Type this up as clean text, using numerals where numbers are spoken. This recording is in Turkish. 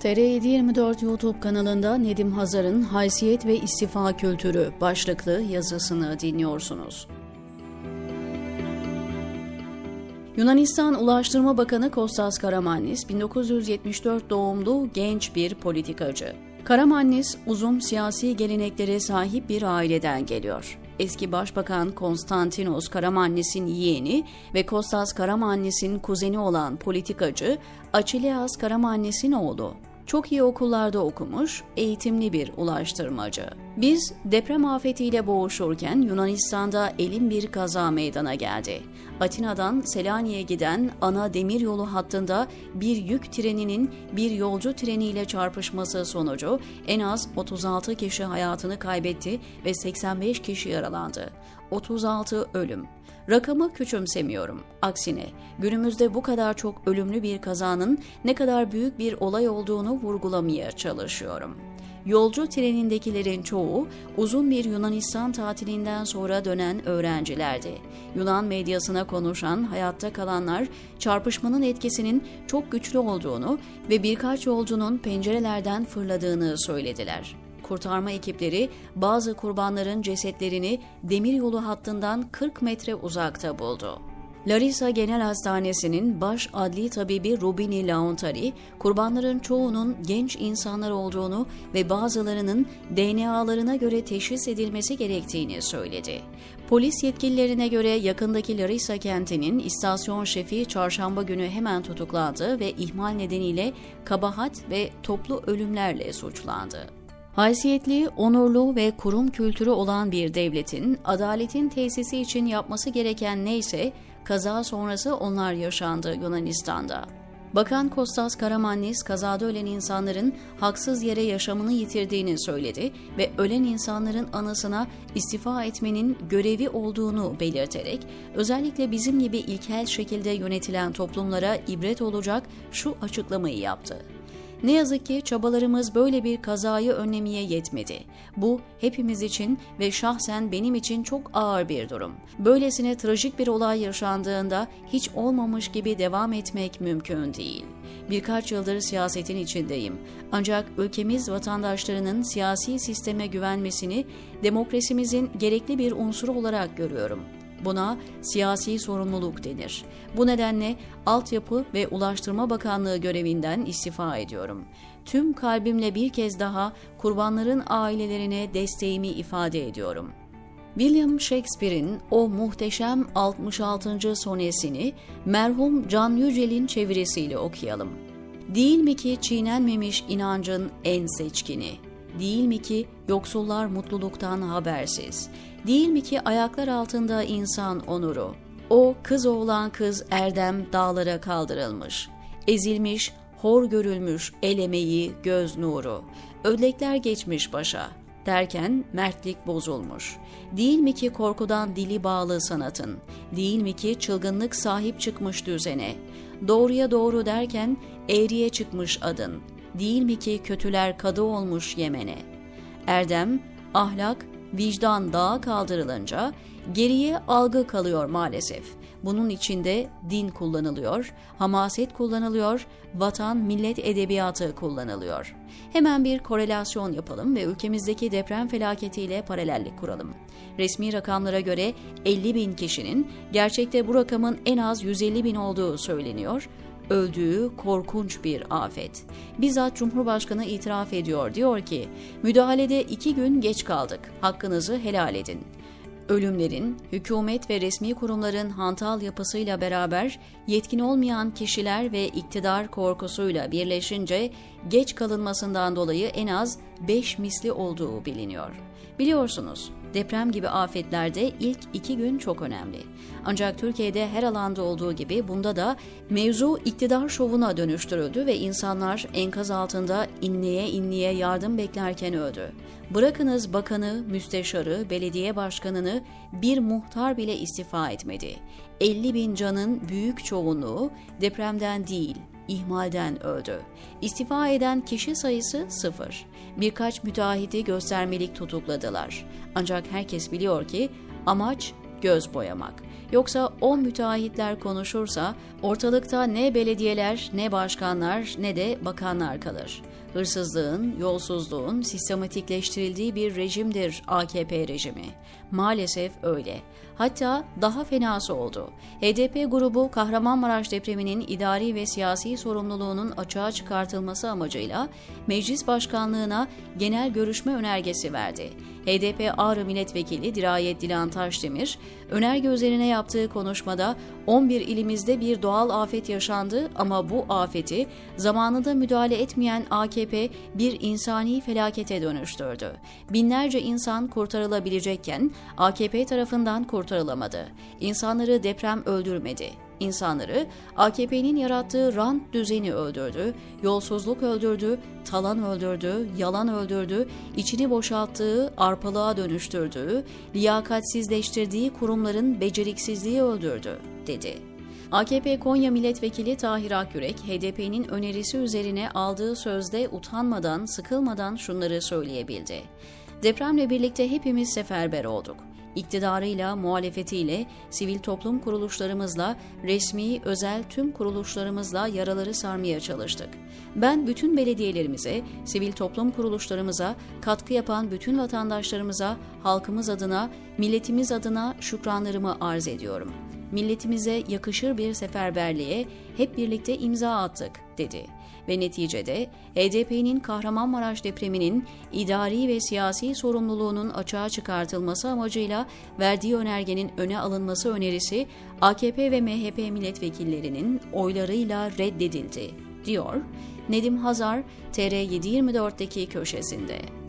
TR724 YouTube kanalında Nedim Hazar'ın Haysiyet ve İstifa Kültürü başlıklı yazısını dinliyorsunuz. Yunanistan Ulaştırma Bakanı Kostas Karamanlis, 1974 doğumlu genç bir politikacı. Karamanlis, uzun siyasi geleneklere sahip bir aileden geliyor. Eski Başbakan Konstantinos Karamanlis'in yeğeni ve Kostas Karamanlis'in kuzeni olan politikacı Achilleas Karamanlis'in oğlu. Çok iyi okullarda okumuş, eğitimli bir ulaştırmacı. Biz deprem afetiyle boğuşurken Yunanistan'da elin bir kaza meydana geldi. Atina'dan Selanik'e giden ana demiryolu hattında bir yük treninin bir yolcu treniyle çarpışması sonucu en az 36 kişi hayatını kaybetti ve 85 kişi yaralandı. 36 ölüm. Rakamı küçümsemiyorum. Aksine günümüzde bu kadar çok ölümlü bir kazanın ne kadar büyük bir olay olduğunu vurgulamaya çalışıyorum. Yolcu trenindekilerin çoğu uzun bir Yunanistan tatilinden sonra dönen öğrencilerdi. Yunan medyasına konuşan hayatta kalanlar çarpışmanın etkisinin çok güçlü olduğunu ve birkaç yolcunun pencerelerden fırladığını söylediler. Kurtarma ekipleri bazı kurbanların cesetlerini demiryolu hattından 40 metre uzakta buldu. Larisa Genel Hastanesi'nin baş adli tabibi Rubini Launtari, kurbanların çoğunun genç insanlar olduğunu ve bazılarının DNA'larına göre teşhis edilmesi gerektiğini söyledi. Polis yetkililerine göre yakındaki Larisa kentinin istasyon şefi çarşamba günü hemen tutuklandı ve ihmal nedeniyle kabahat ve toplu ölümlerle suçlandı. Haysiyetli, onurlu ve kurum kültürü olan bir devletin adaletin tesisi için yapması gereken neyse, kaza sonrası onlar yaşandı Yunanistan'da. Bakan Kostas Karamanlis, kazada ölen insanların haksız yere yaşamını yitirdiğini söyledi ve ölen insanların anısına istifa etmenin görevi olduğunu belirterek, özellikle bizim gibi ilkel şekilde yönetilen toplumlara ibret olacak şu açıklamayı yaptı. Ne yazık ki çabalarımız böyle bir kazayı önlemeye yetmedi. Bu hepimiz için ve şahsen benim için çok ağır bir durum. Böylesine trajik bir olay yaşandığında hiç olmamış gibi devam etmek mümkün değil. Birkaç yıldır siyasetin içindeyim. Ancak ülkemiz vatandaşlarının siyasi sisteme güvenmesini demokrasimizin gerekli bir unsuru olarak görüyorum. Buna siyasi sorumluluk denir. Bu nedenle Altyapı ve Ulaştırma Bakanlığı görevinden istifa ediyorum. Tüm kalbimle bir kez daha kurbanların ailelerine desteğimi ifade ediyorum. William Shakespeare'in o muhteşem 66. sonesini merhum Can Yücel'in çevirisiyle okuyalım. Değil mi ki çiğnenmemiş inancın en seçkini? Değil mi ki yoksullar mutluluktan habersiz? Değil mi ki ayaklar altında insan onuru? O kız oğlan kız erdem dağlara kaldırılmış. Ezilmiş, hor görülmüş el emeği, göz nuru. Ödlekler geçmiş başa. Derken mertlik bozulmuş. Değil mi ki korkudan dili bağlı sanatın? Değil mi ki çılgınlık sahip çıkmış düzene? Doğruya doğru derken eğriye çıkmış adın. Değil mi ki kötüler kadı olmuş Yemen'e? Erdem, ahlak, vicdan dağa kaldırılınca geriye algı kalıyor maalesef. Bunun içinde din kullanılıyor, hamaset kullanılıyor, vatan, millet edebiyatı kullanılıyor. Hemen bir korelasyon yapalım ve ülkemizdeki deprem felaketiyle paralellik kuralım. Resmi rakamlara göre 50 bin kişinin, gerçekte bu rakamın en az 150 bin olduğu söyleniyor. Öldüğü korkunç bir afet. Bizzat Cumhurbaşkanı itiraf ediyor, diyor ki, müdahalede 2 gün geç kaldık, hakkınızı helal edin. Ölümlerin, hükümet ve resmi kurumların hantal yapısıyla beraber yetkin olmayan kişiler ve iktidar korkusuyla birleşince geç kalınmasından dolayı en az 5 misli olduğu biliniyor. Biliyorsunuz, deprem gibi afetlerde ilk 2 gün çok önemli. Ancak Türkiye'de her alanda olduğu gibi bunda da mevzu iktidar şovuna dönüştürüldü ve insanlar enkaz altında inleye inleye yardım beklerken öldü. Bırakınız bakanı, müsteşarı, belediye başkanını, bir muhtar bile istifa etmedi. 50 bin canın büyük çoğunluğu depremden değil, ihmalden öldü. İstifa eden kişi sayısı 0. Birkaç müteahhiti göstermelik tutukladılar. Ancak herkes biliyor ki amaç göz boyamak. Yoksa o müteahhitler konuşursa ortalıkta ne belediyeler, ne başkanlar, ne de bakanlar kalır. Hırsızlığın, yolsuzluğun sistematikleştirildiği bir rejimdir AKP rejimi. Maalesef öyle. Hatta daha fenası oldu. HDP grubu Kahramanmaraş depreminin idari ve siyasi sorumluluğunun açığa çıkartılması amacıyla Meclis Başkanlığı'na genel görüşme önergesi verdi. HDP Ağrı Milletvekili Dirayet Dilan Taşdemir, önerge üzerine yaptığı konuşmada 11 ilimizde bir doğal afet yaşandı ama bu afeti zamanında müdahale etmeyen AKP bir insani felakete dönüştürdü. Binlerce insan kurtarılabilecekken AKP tarafından kurtarılamadı. İnsanları deprem öldürmedi. İnsanları AKP'nin yarattığı rant düzeni öldürdü, yolsuzluk öldürdü, talan öldürdü, yalan öldürdü, içini boşalttığı, arpalığa dönüştürdüğü, liyakatsizleştirdiği kurumların beceriksizliği öldürdü, dedi. AKP Konya Milletvekili Tahir Akyürek, HDP'nin önerisi üzerine aldığı sözde utanmadan, sıkılmadan şunları söyleyebildi. Depremle birlikte hepimiz seferber olduk. İktidarıyla, muhalefetiyle, sivil toplum kuruluşlarımızla, resmi, özel tüm kuruluşlarımızla yaraları sarmaya çalıştık. Ben bütün belediyelerimize, sivil toplum kuruluşlarımıza, katkı yapan bütün vatandaşlarımıza, halkımız adına, milletimiz adına şükranlarımı arz ediyorum. Milletimize yakışır bir seferberliğe hep birlikte imza attık, dedi. Ve neticede HDP'nin Kahramanmaraş depreminin idari ve siyasi sorumluluğunun açığa çıkartılması amacıyla verdiği önergenin öne alınması önerisi AKP ve MHP milletvekillerinin oylarıyla reddedildi, diyor Nedim Hazar, TR724'deki köşesinde.